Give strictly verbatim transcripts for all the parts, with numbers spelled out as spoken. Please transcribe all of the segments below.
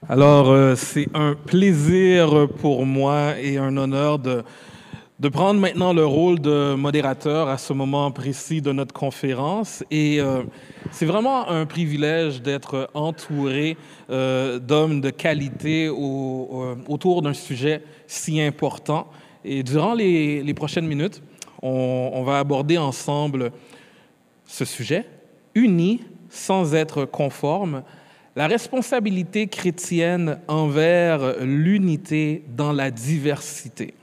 Alors, euh, c'est un plaisir pour moi et un honneur de, de prendre maintenant le rôle de modérateur à ce moment précis de notre conférence. Et euh, c'est vraiment un privilège d'être entouré euh, d'hommes de qualité au- au- autour d'un sujet si important. Et durant les, les prochaines minutes, on, on va aborder ensemble ce sujet, unis sans être conformes, la responsabilité chrétienne envers l'unité dans la diversité.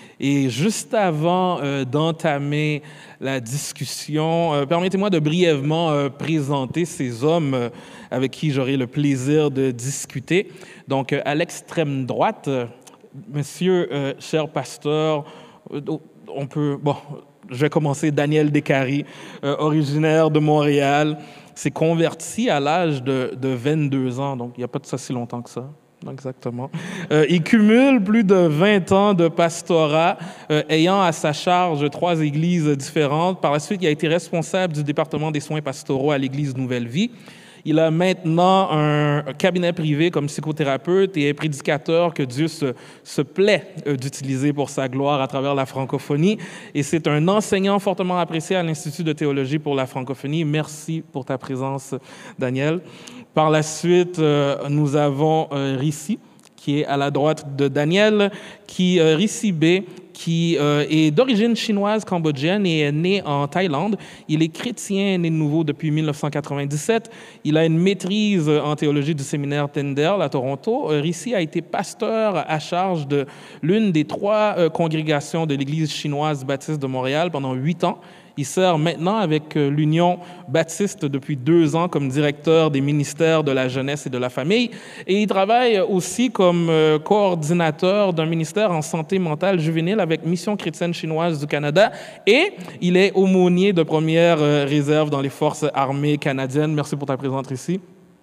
Et juste avant euh, d'entamer la discussion, euh, permettez-moi de brièvement euh, présenter ces hommes euh, avec qui j'aurai le plaisir de discuter. Donc, euh, à l'extrême droite, euh, monsieur, euh, cher pasteur, euh, on peut... Bon, je vais commencer. Daniel Descaries, euh, originaire de Montréal, s'est converti à l'âge de, de vingt-deux ans, donc il n'y a pas de ça si longtemps que ça. Exactement. Euh, il cumule plus de vingt ans de pastorat, euh, ayant à sa charge trois églises différentes. Par la suite, il a été responsable du département des soins pastoraux à l'église Nouvelle Vie. Il a maintenant un cabinet privé comme psychothérapeute et est prédicateur que Dieu se, se plaît euh, d'utiliser pour sa gloire à travers la francophonie. Et c'est un enseignant fortement apprécié à l'Institut de théologie pour la francophonie. Merci pour ta présence, Daniel. Par la suite, euh, nous avons euh, Rissi, qui est à la droite de Daniel, qui euh, Rissi B, qui euh, est d'origine chinoise cambodgienne et est né en Thaïlande. Il est chrétien, né de nouveau depuis mille neuf cent quatre-vingt-dix-sept. Il a une maîtrise en théologie du séminaire Tyndale à Toronto. Euh, Rissi a été pasteur à charge de l'une des trois euh, congrégations de l'Église chinoise baptiste de Montréal pendant huit ans. Il sert maintenant avec l'Union baptiste depuis deux ans comme directeur des ministères de la jeunesse et de la famille. Et il travaille aussi comme coordinateur d'un ministère en santé mentale juvénile avec Mission chrétienne chinoise du Canada. Et il est aumônier de première réserve dans les forces armées canadiennes. Merci pour ta présence ici.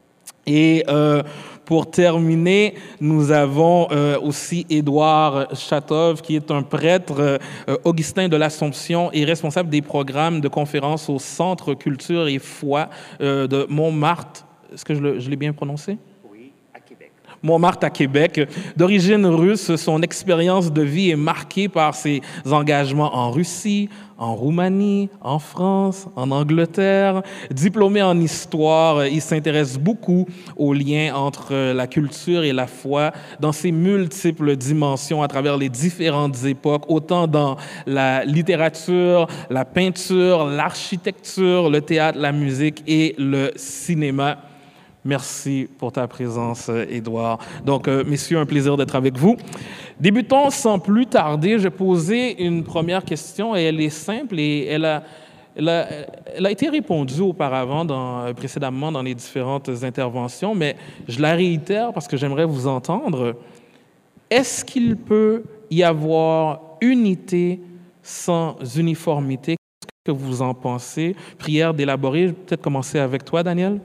Et euh, pour terminer, nous avons euh, aussi Édouard Chatov, qui est un prêtre euh, augustin de l'Assomption et responsable des programmes de conférences au Centre Culture et Foi euh, de Montmartre. Est-ce que je, le, je l'ai bien prononcé? Oui, à Québec. Montmartre à Québec. D'origine russe, son expérience de vie est marquée par ses engagements en Russie, en Roumanie, en France, en Angleterre. Diplômé en histoire, il s'intéresse beaucoup aux liens entre la culture et la foi dans ses multiples dimensions à travers les différentes époques, autant dans la littérature, la peinture, l'architecture, le théâtre, la musique et le cinéma. Merci pour ta présence, Édouard. Donc, euh, messieurs, un plaisir d'être avec vous. Débutons sans plus tarder. Je vais poser une première question et elle est simple et elle a, elle a, elle a été répondue auparavant, dans, précédemment dans les différentes interventions, mais je la réitère parce que j'aimerais vous entendre. Est-ce qu'il peut y avoir unité sans uniformité? Qu'est-ce que vous en pensez? Prière d'élaborer. Je vais peut-être commencer avec toi, Daniel.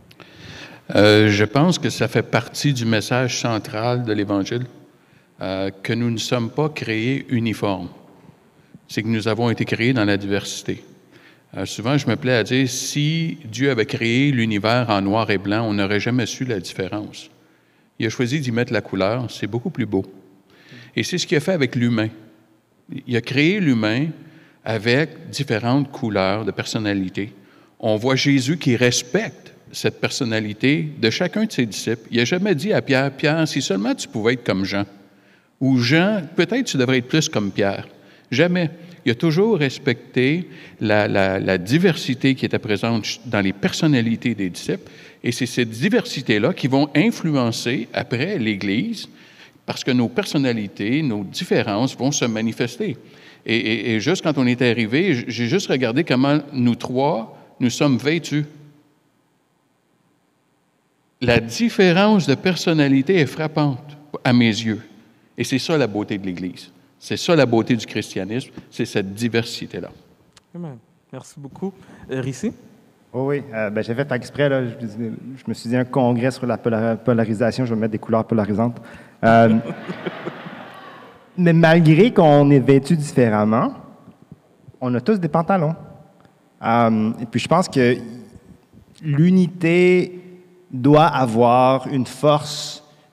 Euh, je pense que ça fait partie du message central de l'Évangile, euh, que nous ne sommes pas créés uniformes. C'est que nous avons été créés dans la diversité. Euh, souvent, je me plais à dire, si Dieu avait créé l'univers en noir et blanc, on n'aurait jamais su la différence. Il a choisi d'y mettre la couleur, c'est beaucoup plus beau. Et c'est ce qu'il a fait avec l'humain. Il a créé l'humain avec différentes couleurs de personnalité. On voit Jésus qui respecte cette personnalité de chacun de ses disciples. Il n'a jamais dit à Pierre, « Pierre, si seulement tu pouvais être comme Jean. » Ou « Jean, peut-être tu devrais être plus comme Pierre. » Jamais. Il a toujours respecté la, la, la diversité qui était présente dans les personnalités des disciples. Et c'est cette diversité-là qui vont influencer après l'Église, parce que nos personnalités, nos différences vont se manifester. Et, et, et juste quand on est arrivé, j'ai juste regardé comment nous trois, nous sommes vêtus. La différence de personnalité est frappante à mes yeux. Et c'est ça la beauté de l'Église. C'est ça la beauté du christianisme, c'est cette diversité-là. Amen. Merci beaucoup. Euh, Rissi? Oh oui, euh, ben, j'ai fait exprès, là, je, je me suis dit un congrès sur la polarisation, je vais mettre des couleurs polarisantes. Euh, mais malgré qu'on est vêtus différemment, on a tous des pantalons. Euh, et puis je pense que l'unité doit avoir une force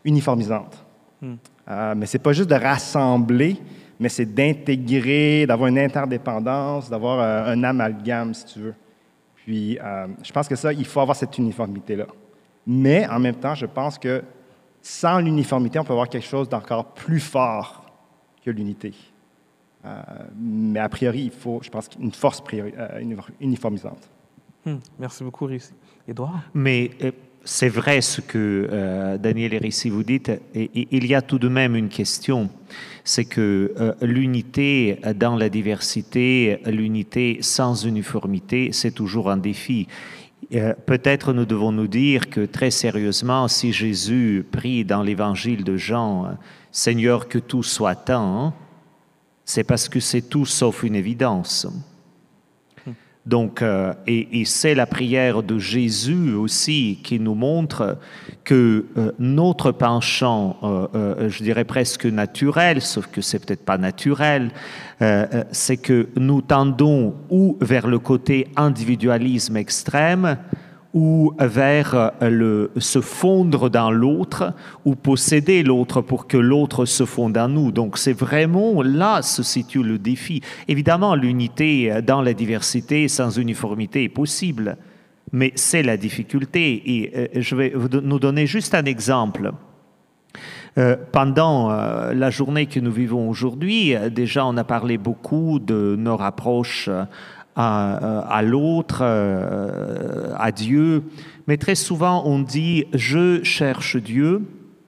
uniformisante. Hmm. Euh, mais ce n'est pas juste de rassembler, mais c'est d'intégrer, d'avoir une interdépendance, d'avoir euh, un amalgame, si tu veux. Puis, euh, je pense que ça, il faut avoir cette uniformité-là. Mais, en même temps, je pense que sans l'uniformité, on peut avoir quelque chose d'encore plus fort que l'unité. Euh, mais a priori, il faut, je pense, une force priori, euh, uniformisante. Hmm. Merci beaucoup, Récy. Édouard? Mais euh, c'est vrai ce que euh, Daniel et Récy vous dites, et, et il y a tout de même une question, c'est que euh, l'unité dans la diversité, l'unité sans uniformité, c'est toujours un défi. Euh, peut-être nous devons nous dire que très sérieusement, si Jésus prie dans l'évangile de Jean, « Seigneur, que tout soit un », c'est parce que c'est tout sauf une évidence. Donc, euh, et, et c'est la prière de Jésus aussi qui nous montre que euh, notre penchant, euh, euh, je dirais presque naturel, sauf que c'est peut-être pas naturel, euh, euh, c'est que nous tendons ou vers le côté individualisme extrême, ou vers le, se fondre dans l'autre, ou posséder l'autre pour que l'autre se fonde en nous. Donc c'est vraiment là se situe le défi. Évidemment, l'unité dans la diversité sans uniformité est possible, mais c'est la difficulté. Et je vais nous donner juste un exemple. Euh, pendant euh, la journée que nous vivons aujourd'hui, déjà on a parlé beaucoup de nos rapproches à, à l'autre, à Dieu, mais très souvent on dit « je cherche Dieu »,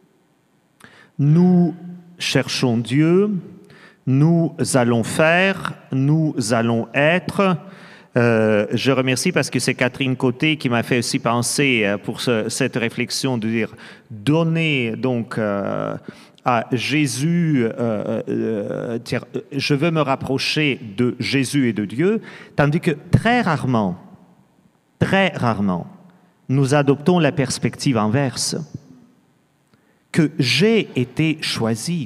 nous cherchons Dieu, nous allons faire, nous allons être. Euh, je remercie parce que c'est Catherine Côté qui m'a fait aussi penser pour ce, cette réflexion de dire « donner donc euh, à Jésus, euh, euh, je veux me rapprocher de Jésus et de Dieu », tandis que très rarement, très rarement, nous adoptons la perspective inverse, que j'ai été choisi,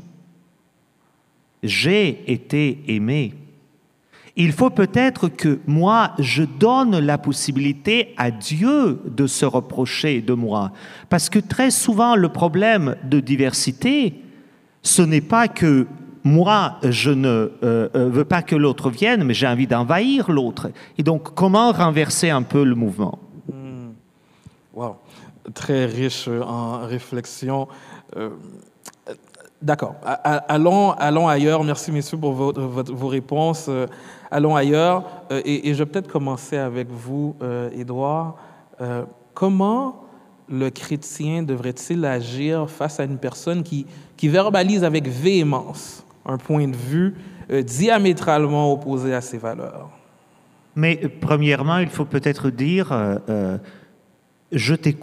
j'ai été aimé. Il faut peut-être que moi, je donne la possibilité à Dieu de se reprocher de moi, parce que très souvent, le problème de diversité, ce n'est pas que moi, je ne euh, veux pas que l'autre vienne, mais j'ai envie d'envahir l'autre. Et donc, comment renverser un peu le mouvement? Mmh. Wow. Très riche en réflexion. Euh, D'accord. Allons, allons ailleurs. Merci, messieurs, pour vos, vos, vos réponses. Euh, allons ailleurs. Euh, et, et je vais peut-être commencer avec vous, euh, Édouard. Euh, comment le chrétien devrait-il agir face à une personne qui, qui verbalise avec véhémence un point de vue euh, diamétralement opposé à ses valeurs? Mais premièrement, il faut peut-être dire euh, euh, « je t'écoute ».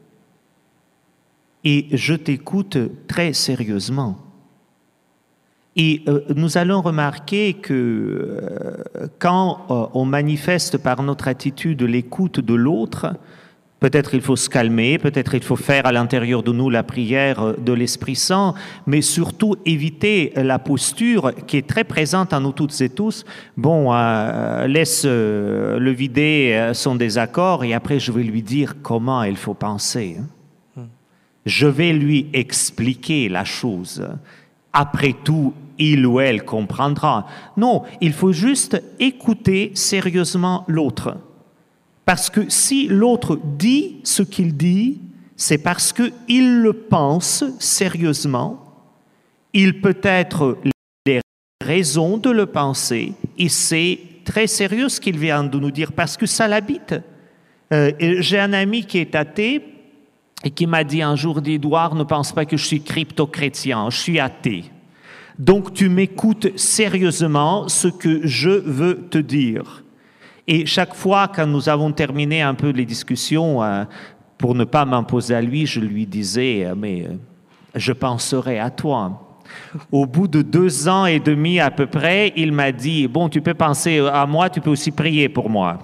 Et je t'écoute très sérieusement. Et euh, nous allons remarquer que euh, quand euh, on manifeste par notre attitude l'écoute de l'autre, peut-être il faut se calmer, peut-être il faut faire à l'intérieur de nous la prière de l'Esprit Saint, mais surtout éviter la posture qui est très présente en nous toutes et tous. Bon, euh, laisse euh, le vider son désaccord et après je vais lui dire comment il faut penser. Je vais lui expliquer la chose. Après tout, il ou elle comprendra. Non, il faut juste écouter sérieusement l'autre. Parce que si l'autre dit ce qu'il dit, c'est parce qu'il le pense sérieusement. Il peut être les raisons de le penser et c'est très sérieux ce qu'il vient de nous dire parce que ça l'habite. Euh, j'ai un ami qui est athée et qui m'a dit un jour, Édouard, ne pense pas que je suis crypto-chrétien, je suis athée. Donc tu m'écoutes sérieusement ce que je veux te dire. Et chaque fois, quand nous avons terminé un peu les discussions, euh, pour ne pas m'imposer à lui, je lui disais, mais euh, je penserai à toi. Au bout de deux ans et demi à peu près, il m'a dit, bon, tu peux penser à moi, tu peux aussi prier pour moi.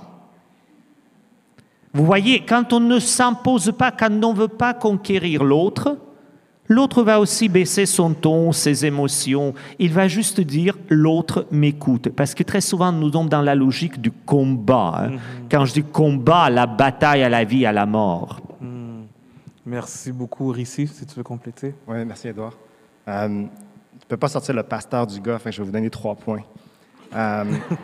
Vous voyez, quand on ne s'impose pas, quand on ne veut pas conquérir l'autre, l'autre va aussi baisser son ton, ses émotions. Il va juste dire « l'autre m'écoute ». Parce que très souvent, nous sommes dans la logique du combat. Hein. Mm-hmm. Quand je dis combat, la bataille à la vie, à la mort. Mm. Merci beaucoup, Rissi, si tu veux compléter. Oui, merci, Edouard. Euh, tu ne peux pas sortir le pasteur du gars, fait que je vais vous donner trois points. Euh,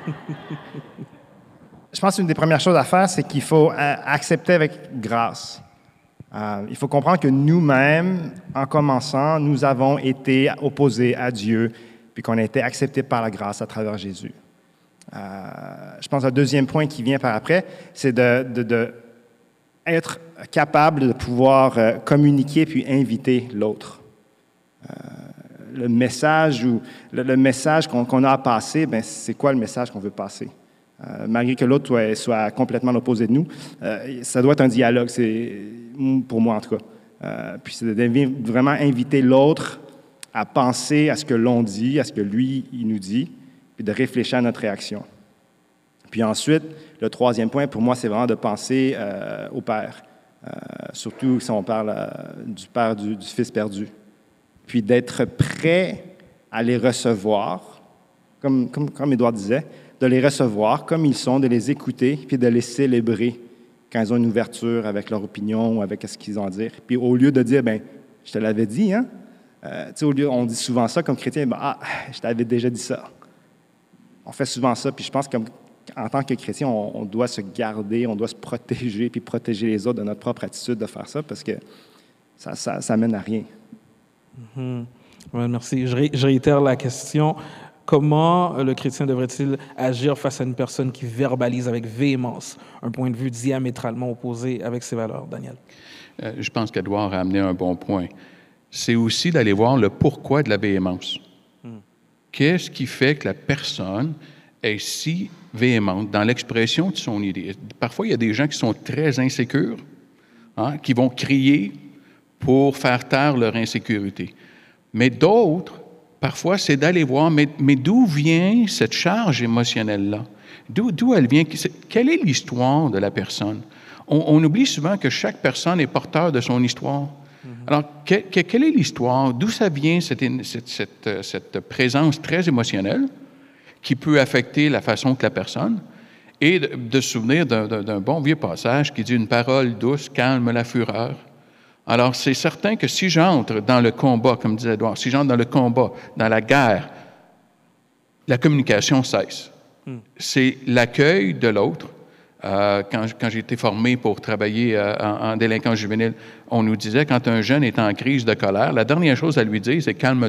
je pense qu'une des premières choses à faire, c'est qu'il faut euh, accepter avec grâce. Euh, il faut comprendre que nous-mêmes, en commençant, nous avons été opposés à Dieu, puis qu'on a été acceptés par la grâce à travers Jésus. Euh, je pense que le deuxième point qui vient par après, c'est de, de, de être capable de pouvoir euh, communiquer puis inviter l'autre. Euh, le message ou le, le message qu'on, qu'on a à passer, ben, c'est quoi le message qu'on veut passer? Euh, malgré que l'autre soit, soit complètement opposé de nous, euh, ça doit être un dialogue, c'est, pour moi en tout cas. Euh, puis c'est de vraiment inviter l'autre à penser à ce que l'on dit, à ce que lui, il nous dit, puis de réfléchir à notre réaction. Puis ensuite, le troisième point, pour moi, c'est vraiment de penser euh, au Père, euh, surtout si on parle euh, du Père du, du Fils perdu. Puis d'être prêt à les recevoir, comme, comme, comme Édouard disait, de les recevoir comme ils sont, de les écouter, puis de les célébrer quand ils ont une ouverture avec leur opinion ou avec ce qu'ils ont à dire. Puis au lieu de dire, bien, je te l'avais dit, hein? Euh, tu sais, au lieu, on dit souvent ça comme chrétien, ben, ah, je t'avais déjà dit ça. On fait souvent ça, puis je pense qu'en tant que chrétien, on, on doit se garder, on doit se protéger, puis protéger les autres de notre propre attitude de faire ça, parce que ça, ça, ça mène à rien. Mm-hmm. Ouais, merci. Je, ré, je réitère la question. Comment le chrétien devrait-il agir face à une personne qui verbalise avec véhémence un point de vue diamétralement opposé avec ses valeurs, Daniel? Euh, je pense qu'Edouard a amené un bon point. C'est aussi d'aller voir le pourquoi de la véhémence. Hmm. Qu'est-ce qui fait que la personne est si véhémente dans l'expression de son idée? Parfois, il y a des gens qui sont très insécures, hein, qui vont crier pour faire taire leur insécurité. Mais d'autres, parfois, c'est d'aller voir, mais, mais d'où vient cette charge émotionnelle-là? D'où, d'où elle vient? Quelle est l'histoire de la personne? On, on oublie souvent que chaque personne est porteur de son histoire. Mm-hmm. Alors, que, que, quelle est l'histoire? D'où ça vient cette, cette, cette, cette présence très émotionnelle qui peut affecter la façon que la personne? Et de, de se souvenir d'un, d'un bon vieux passage qui dit « Une parole douce calme la fureur ». Alors, c'est certain que si j'entre dans le combat, comme disait Edouard, si j'entre dans le combat, dans la guerre, la communication cesse. Mm. C'est l'accueil de l'autre. Euh, quand, quand j'ai été formé pour travailler euh, en, en délinquance juvénile, on nous disait, quand un jeune est en crise de colère, la dernière chose à lui dire, c'est « calme-toi ».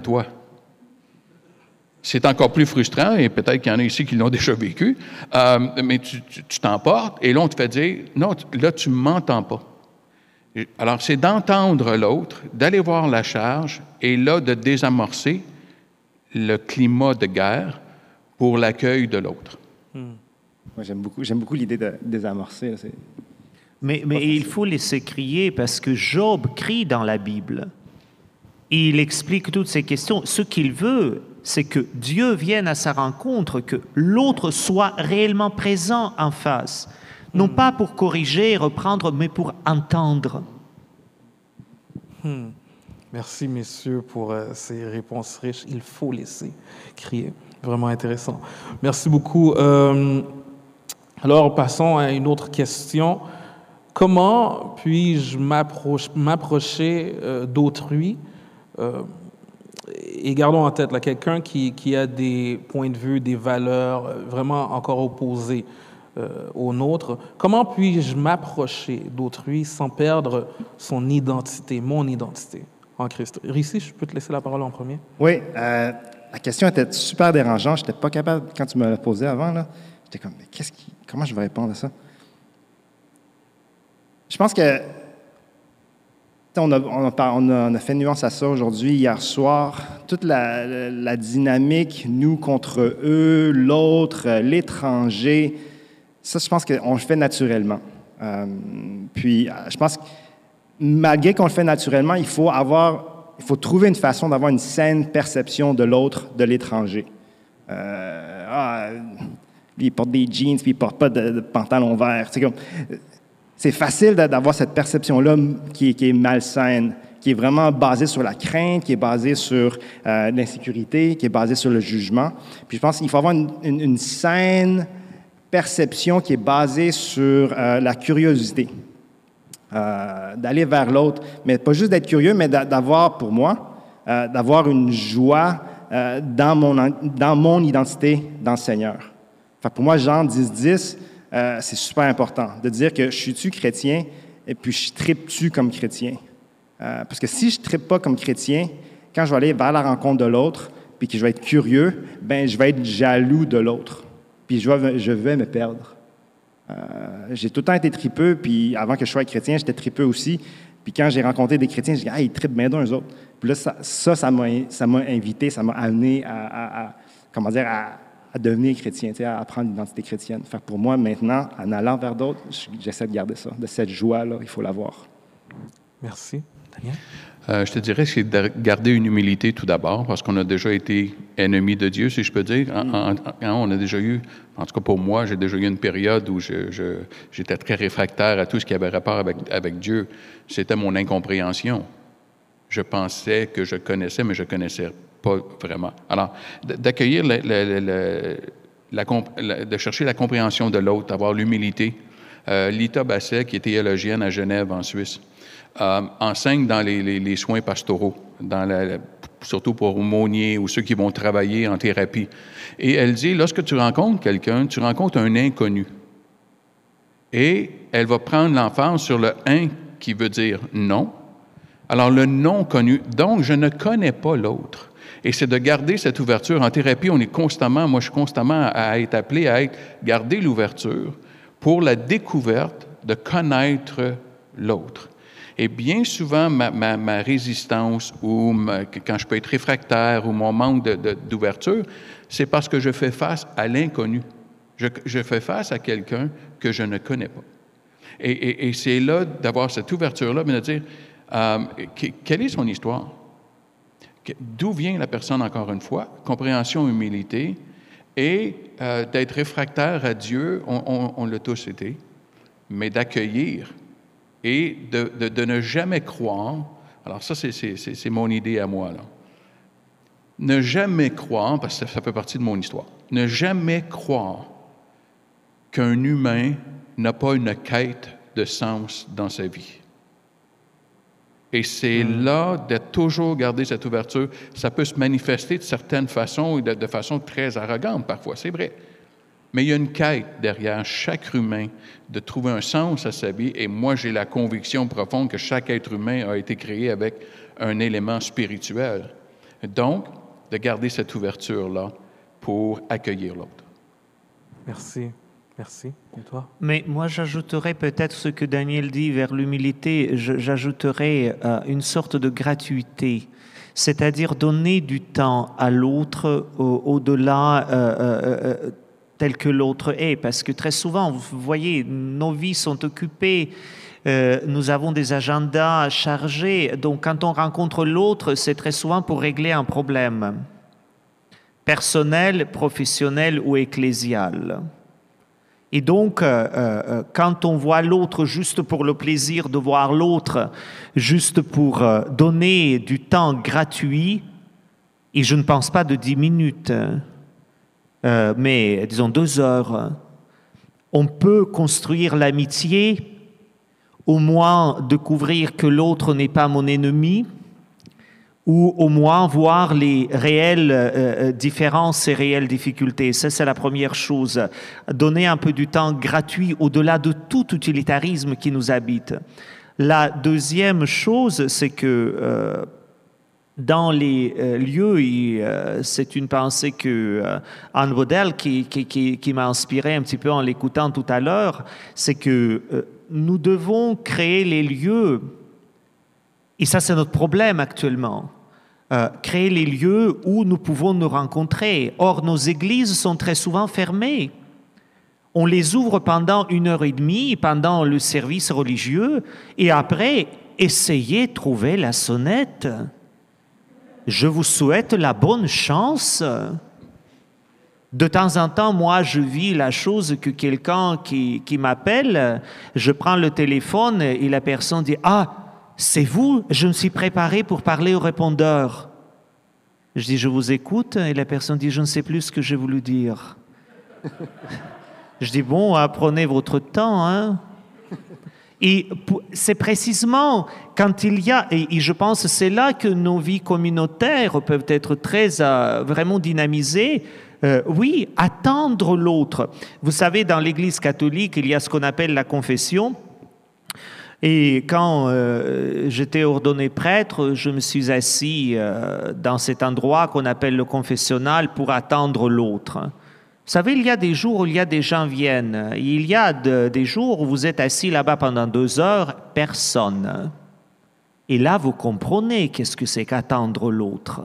C'est encore plus frustrant, et peut-être qu'il y en a ici qui l'ont déjà vécu, euh, mais tu, tu, tu t'emportes, et là, on te fait dire « non, là, tu ne m'entends pas ». Alors, c'est d'entendre l'autre, d'aller voir la charge, et là, de désamorcer le climat de guerre pour l'accueil de l'autre. Hmm. Moi, j'aime beaucoup, j'aime beaucoup l'idée de désamorcer. C'est... Mais, mais il faut laisser crier, parce que Job crie dans la Bible. Et il explique toutes ces questions. Ce qu'il veut, c'est que Dieu vienne à sa rencontre, que l'autre soit réellement présent en face. Non pas pour corriger, reprendre, mais pour entendre. Hmm. Merci, messieurs, pour euh, ces réponses riches. Il faut laisser crier. Vraiment intéressant. Merci beaucoup. Euh, alors, passons à une autre question. Comment puis-je m'approche, m'approcher euh, d'autrui? Euh, et gardons en tête là, quelqu'un qui, qui a des points de vue, des valeurs euh, vraiment encore opposés Euh, au nôtre. Comment puis-je m'approcher d'autrui sans perdre son identité, mon identité en Christ? Rissi, je peux te laisser la parole en premier? Oui, euh, la question était super dérangeante. Je n'étais pas capable, quand tu me l'as posée avant, là, j'étais comme, mais qu'est-ce qui, comment je vais répondre à ça? Je pense que on a, on, a, on, a, on a fait nuance à ça aujourd'hui, hier soir. Toute la, la, la dynamique, nous contre eux, l'autre, l'étranger. Ça, je pense qu'on le fait naturellement. Euh, puis, je pense que malgré qu'on le fait naturellement, il faut avoir, il faut trouver une façon d'avoir une saine perception de l'autre, de l'étranger. Euh, ah, lui, il porte des jeans, puis il ne porte pas de, de pantalon vert. C'est, comme, c'est facile d'avoir cette perception-là qui, qui est malsaine, qui est vraiment basée sur la crainte, qui est basée sur euh, l'insécurité, qui est basée sur le jugement. Puis, je pense qu'il faut avoir une, une, une saine perception qui est basée sur euh, la curiosité. euh, d'aller vers l'autre, mais pas juste d'être curieux, mais d'avoir, pour moi, euh, d'avoir une joie euh, dans, mon, dans mon identité dans le Seigneur. Fait que pour moi, Jean dix dix, euh, c'est super important de dire que je suis-tu chrétien et puis je tripe-tu comme chrétien. Euh, parce que si je ne tripe pas comme chrétien, quand je vais aller vers la rencontre de l'autre, puis que je vais être curieux, ben je vais être jaloux de l'autre. Puis je vais, je vais me perdre. Euh, j'ai tout le temps été tripeux, puis avant que je sois chrétien, j'étais tripeux aussi. Puis quand j'ai rencontré des chrétiens, j'ai dit « Ah, ils tripent bien d'un eux autres. » Puis là, ça, ça, ça m'a, ça m'a invité, ça m'a amené à, à, à comment dire, à, à devenir chrétien, à prendre l'identité chrétienne. Fait que pour moi, maintenant, en allant vers d'autres, j'essaie de garder ça. De cette joie-là, il faut l'avoir. Merci. Daniel? Euh, je te dirais que c'est de garder une humilité tout d'abord, parce qu'on a déjà été ennemis de Dieu, si je peux dire. En, en, en, on a déjà eu, en tout cas pour moi, j'ai déjà eu une période où je, je, j'étais très réfractaire à tout ce qui avait rapport avec, avec Dieu. C'était mon incompréhension. Je pensais que je connaissais, mais je ne connaissais pas vraiment. Alors, d'accueillir, la, la, la, la, la, de chercher la compréhension de l'autre, d'avoir l'humilité. Euh, Lita Basset, qui est théologienne à Genève, en Suisse, Euh, enseigne dans les, les, les soins pastoraux, dans la, surtout pour aumôniers ou ceux qui vont travailler en thérapie. Et elle dit, lorsque tu rencontres quelqu'un, tu rencontres un inconnu. Et elle va prendre l'emphase sur le « un » qui veut dire « non ». Alors, le « non » connu, donc je ne connais pas l'autre. Et c'est de garder cette ouverture. En thérapie, on est constamment, moi je suis constamment à être appelé à être, garder l'ouverture pour la découverte de connaître l'autre. Et bien souvent, ma, ma, ma résistance ou ma, quand je peux être réfractaire ou mon manque de, de, d'ouverture, c'est parce que je fais face à l'inconnu. Je, je fais face à quelqu'un que je ne connais pas. Et, et, et c'est là d'avoir cette ouverture-là, mais de dire, euh, quelle est son histoire? D'où vient la personne, encore une fois? Compréhension, humilité, et euh, d'être réfractaire à Dieu, on, on, on l'a tous été, mais d'accueillir et de, de, de ne jamais croire, alors ça, c'est, c'est, c'est mon idée à moi, là. Ne jamais croire, parce que ça fait partie de mon histoire, ne jamais croire qu'un humain n'a pas une quête de sens dans sa vie. Et c'est mmh. là de toujours garder cette ouverture. Ça peut se manifester de certaines façons, de, de façon très arrogante parfois, c'est vrai. Mais il y a une quête derrière chaque humain de trouver un sens à sa vie. Et moi, j'ai la conviction profonde que chaque être humain a été créé avec un élément spirituel. Donc, de garder cette ouverture-là pour accueillir l'autre. Merci. Merci. Et toi? Mais moi, j'ajouterais peut-être ce que Daniel dit vers l'humilité, j'ajouterais euh, une sorte de gratuité, c'est-à-dire donner du temps à l'autre au, au-delà euh, euh, tel que l'autre est. Parce que très souvent, vous voyez, nos vies sont occupées, euh, nous avons des agendas chargés. Donc, quand on rencontre l'autre, c'est très souvent pour régler un problème personnel, professionnel ou ecclésial. Et donc, euh, euh, quand on voit l'autre juste pour le plaisir de voir l'autre, juste pour euh, donner du temps gratuit, et je ne pense pas de dix minutes, euh, mais disons deux heures, on peut construire l'amitié, au moins découvrir que l'autre n'est pas mon ennemi, ou au moins voir les réelles euh, différences et réelles difficultés. Ça, c'est la première chose. Donner un peu du temps gratuit au-delà de tout utilitarisme qui nous habite. La deuxième chose, c'est que euh, dans les euh, lieux, et euh, c'est une pensée que euh, Anne Baudel qui, qui, qui, qui m'a inspiré un petit peu en l'écoutant tout à l'heure, c'est que euh, nous devons créer les lieux, et ça c'est notre problème actuellement, Euh, créer les lieux où nous pouvons nous rencontrer. Or, nos églises sont très souvent fermées. On les ouvre pendant une heure et demie, pendant le service religieux, et après, essayez de trouver la sonnette. Je vous souhaite la bonne chance. De temps en temps, moi, je vis la chose que quelqu'un qui, qui m'appelle, je prends le téléphone et la personne dit « Ah, c'est vous, je me suis préparé pour parler au répondeur. » Je dis, je vous écoute, et la personne dit, je ne sais plus ce que j'ai voulu dire. Je dis, bon, prenez votre temps, hein. Et c'est précisément quand il y a, et je pense que c'est là que nos vies communautaires peuvent être très euh, vraiment dynamisées. Euh, oui, attendre l'autre. Vous savez, dans l'Église catholique, il y a ce qu'on appelle la confession. Et quand euh, j'étais ordonné prêtre, je me suis assis euh, dans cet endroit qu'on appelle le confessionnal pour attendre l'autre. Vous savez, il y a des jours où il y a des gens viennent. Il y a de, des jours où vous êtes assis là-bas pendant deux heures, personne. Et là, vous comprenez qu'est-ce que c'est qu'attendre l'autre.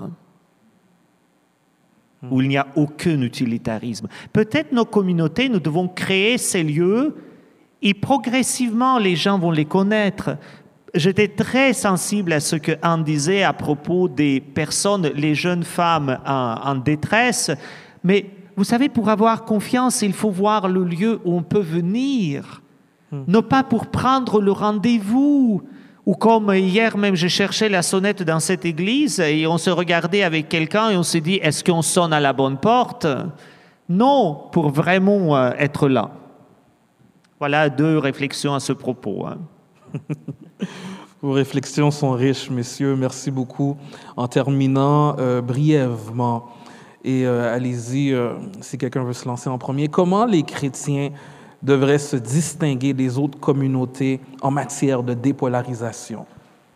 Où il n'y a aucun utilitarisme. Peut-être nos communautés, nous devons créer ces lieux et progressivement, les gens vont les connaître. J'étais très sensible à ce que Anne disait à propos des personnes, les jeunes femmes en, en détresse, mais vous savez, pour avoir confiance, il faut voir le lieu où on peut venir, hmm. non pas pour prendre le rendez-vous, ou comme hier même, je cherchais la sonnette dans cette église et on se regardait avec quelqu'un et on s'est dit, est-ce qu'on sonne à la bonne porte? Non, pour vraiment être là. Voilà deux réflexions à ce propos. Hein. Vos réflexions sont riches, messieurs. Merci beaucoup. En terminant euh, brièvement, et euh, allez-y, euh, si quelqu'un veut se lancer en premier. Comment les chrétiens devraient se distinguer des autres communautés en matière de dépolarisation?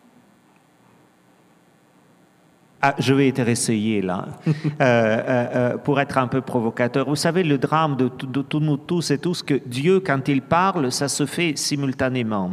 Ah, je vais te réessayer là, euh, euh, euh, pour être un peu provocateur. Vous savez, le drame de, de, de tous nous tous et tous, que Dieu, quand il parle, ça se fait simultanément.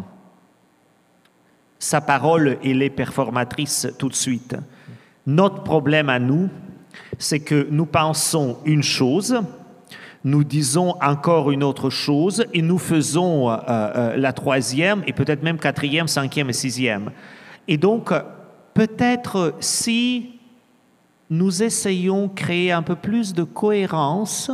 Sa parole, elle est performatrice tout de suite. Notre problème à nous, c'est que nous pensons une chose, nous disons encore une autre chose et nous faisons euh, euh, la troisième et peut-être même quatrième, cinquième et sixième. Et donc, peut-être si nous essayons de créer un peu plus de cohérence,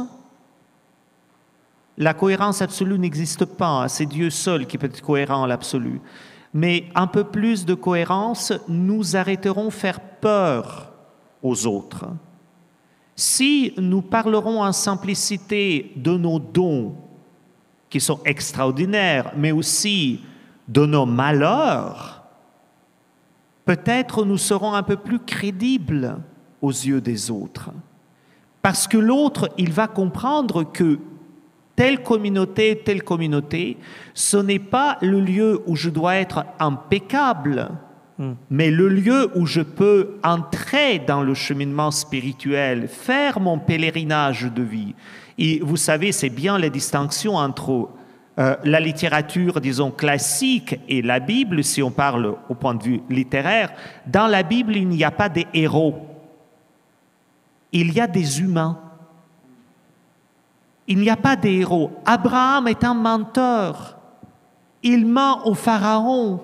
la cohérence absolue n'existe pas, c'est Dieu seul qui peut être cohérent à l'absolu, mais un peu plus de cohérence, nous arrêterons de faire peur aux autres. Si nous parlerons en simplicité de nos dons, qui sont extraordinaires, mais aussi de nos malheurs, peut-être nous serons un peu plus crédibles aux yeux des autres. Parce que l'autre, il va comprendre que telle communauté, telle communauté, ce n'est pas le lieu où je dois être impeccable, mais le lieu où je peux entrer dans le cheminement spirituel, faire mon pèlerinage de vie. Et vous savez, c'est bien la distinction entre euh, la littérature, disons, classique et la Bible, si on parle au point de vue littéraire. Dans la Bible, il n'y a pas des héros. Il y a des humains. Il n'y a pas des héros. Abraham est un menteur. Il ment au Pharaon.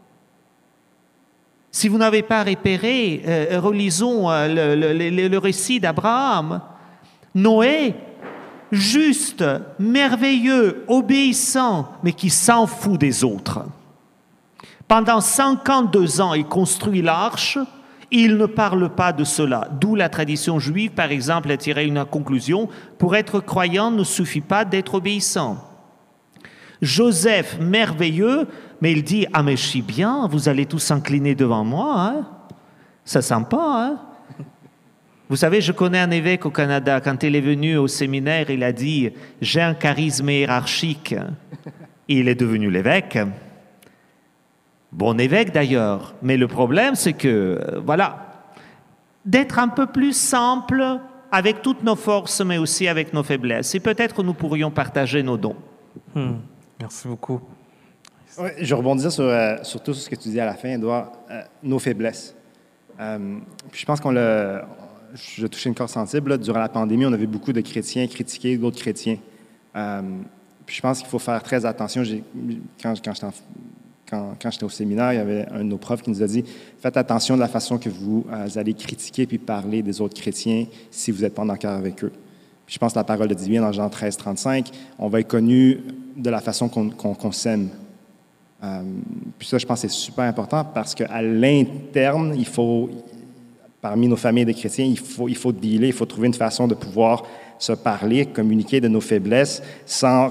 Si vous n'avez pas repéré, euh, relisons euh, le, le, le récit d'Abraham. Noé, juste, merveilleux, obéissant, mais qui s'en fout des autres. Pendant cinquante-deux ans, il construit l'arche, il ne parle pas de cela. D'où la tradition juive, par exemple, a tiré une conclusion, pour être croyant ne suffit pas d'être obéissant. Joseph, merveilleux, mais il dit « Ah, mais je suis bien, vous allez tous s'incliner devant moi. Hein? C'est sympa. Hein? » Vous savez, je connais un évêque au Canada. Quand il est venu au séminaire, il a dit « J'ai un charisme hiérarchique. » Et il est devenu l'évêque. Bon évêque d'ailleurs. Mais le problème, c'est que, euh, voilà, d'être un peu plus simple avec toutes nos forces, mais aussi avec nos faiblesses. Et peut-être nous pourrions partager nos dons. Hmm. Merci beaucoup. Ouais, je rebondis sur, euh, sur tout ce que tu dis à la fin, Édouard, euh, nos faiblesses. Euh, puis je pense qu'on l'a... Je touché une corde sensible. Là, durant la pandémie, on avait beaucoup de chrétiens critiquer d'autres chrétiens. Euh, puis je pense qu'il faut faire très attention. J'ai, quand quand j'étais, en, quand, quand j'étais au séminaire, il y avait un de nos profs qui nous a dit « Faites attention de la façon que vous euh, allez critiquer puis parler des autres chrétiens si vous n'êtes pas en accord avec eux. » Puis je pense que la parole de Dieu vient dans Jean treize, trente-cinq. On va être connu de la façon qu'on, qu'on, qu'on s'aime. Euh, puis ça, je pense que c'est super important parce qu'à l'interne, il faut, parmi nos familles de chrétiens, il faut, il faut dealer, il faut trouver une façon de pouvoir se parler, communiquer de nos faiblesses sans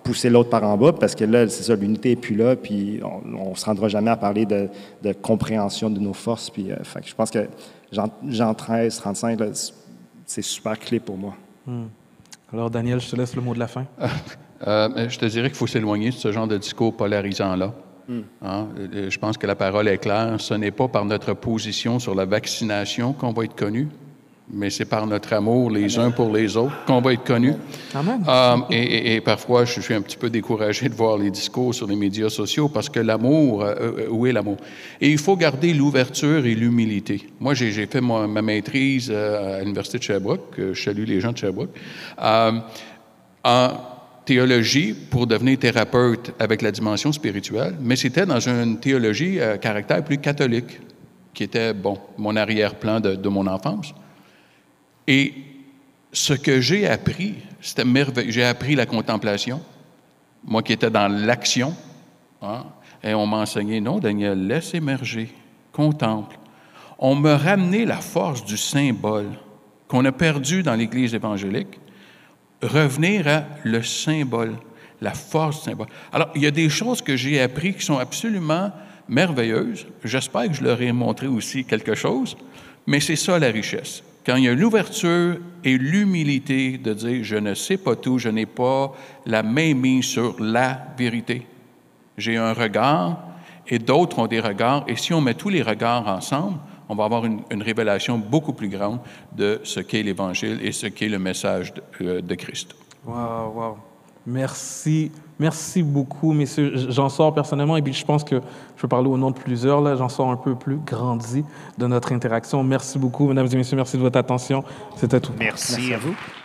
pousser l'autre par en bas, parce que là, c'est ça, l'unité n'est plus là, puis on ne se rendra jamais à parler de, de compréhension de nos forces. Puis, euh, fait que je pense que Jean, Jean treize, trente-cinq, là, c'est super clé pour moi. Hmm. Alors, Daniel, je te laisse le mot de la fin. Euh, je te dirais qu'il faut s'éloigner de ce genre de discours polarisant-là. Mm. Hein? Je pense que la parole est claire. Ce n'est pas par notre position sur la vaccination qu'on va être connu, mais c'est par notre amour les uns pour les autres qu'on va être connus. Amen. Euh, et, et, et parfois, je suis un petit peu découragé de voir les discours sur les médias sociaux parce que l'amour, euh, où est l'amour? Et il faut garder l'ouverture et l'humilité. Moi, j'ai, j'ai fait ma, ma maîtrise euh, à l'Université de Sherbrooke. Je salue les gens de Sherbrooke. Euh, en théologie pour devenir thérapeute avec la dimension spirituelle, mais c'était dans une théologie à caractère plus catholique, qui était, bon, mon arrière-plan de, de mon enfance. Et ce que j'ai appris, c'était merveilleux. J'ai appris la contemplation, moi qui étais dans l'action, hein, et on m'a enseigné, non, Daniel, laisse émerger, contemple. On m'a ramené la force du symbole qu'on a perdu dans l'Église évangélique, revenir à le symbole, la force du symbole. Alors, il y a des choses que j'ai apprises qui sont absolument merveilleuses. J'espère que je leur ai montré aussi quelque chose, mais c'est ça la richesse. Quand il y a l'ouverture et l'humilité de dire « je ne sais pas tout, je n'ai pas la main mise sur la vérité. J'ai un regard et d'autres ont des regards, et si on met tous les regards ensemble, on va avoir une, une révélation beaucoup plus grande de ce qu'est l'Évangile et ce qu'est le message de, euh, de Christ. » Wow, wow. Merci. Merci beaucoup, messieurs. J'en sors personnellement, et puis je pense que je peux parler au nom de plusieurs, là, j'en sors un peu plus grandi de notre interaction. Merci beaucoup, mesdames et messieurs. Merci de votre attention. C'était tout. Merci, merci à vous.